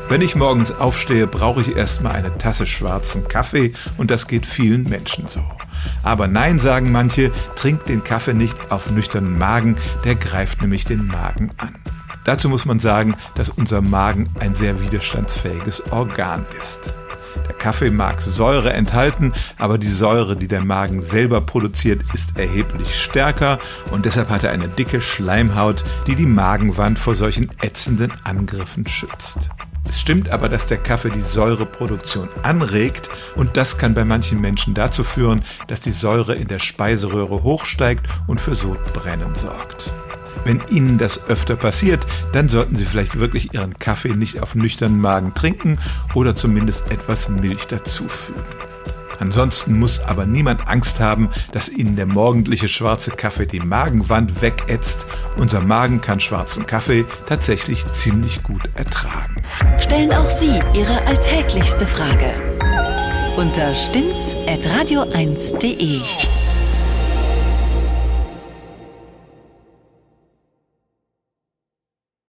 Wenn ich morgens aufstehe, brauche ich erstmal eine Tasse schwarzen Kaffee und das geht vielen Menschen so. Aber nein, sagen manche, trinkt den Kaffee nicht auf nüchternen Magen, der greift nämlich den Magen an. Dazu muss man sagen, dass unser Magen ein sehr widerstandsfähiges Organ ist. Der Kaffee mag Säure enthalten, aber die Säure, die der Magen selber produziert, ist erheblich stärker und deshalb hat er eine dicke Schleimhaut, die die Magenwand vor solchen ätzenden Angriffen schützt. Es stimmt aber, dass der Kaffee die Säureproduktion anregt und das kann bei manchen Menschen dazu führen, dass die Säure in der Speiseröhre hochsteigt und für Sodbrennen sorgt. Wenn Ihnen das öfter passiert, dann sollten Sie vielleicht wirklich Ihren Kaffee nicht auf nüchternen Magen trinken oder zumindest etwas Milch dazufügen. Ansonsten muss aber niemand Angst haben, dass Ihnen der morgendliche schwarze Kaffee die Magenwand wegätzt. Unser Magen kann schwarzen Kaffee tatsächlich ziemlich gut ertragen. Stellen auch Sie Ihre alltäglichste Frage unter stimmt's@radio1.de.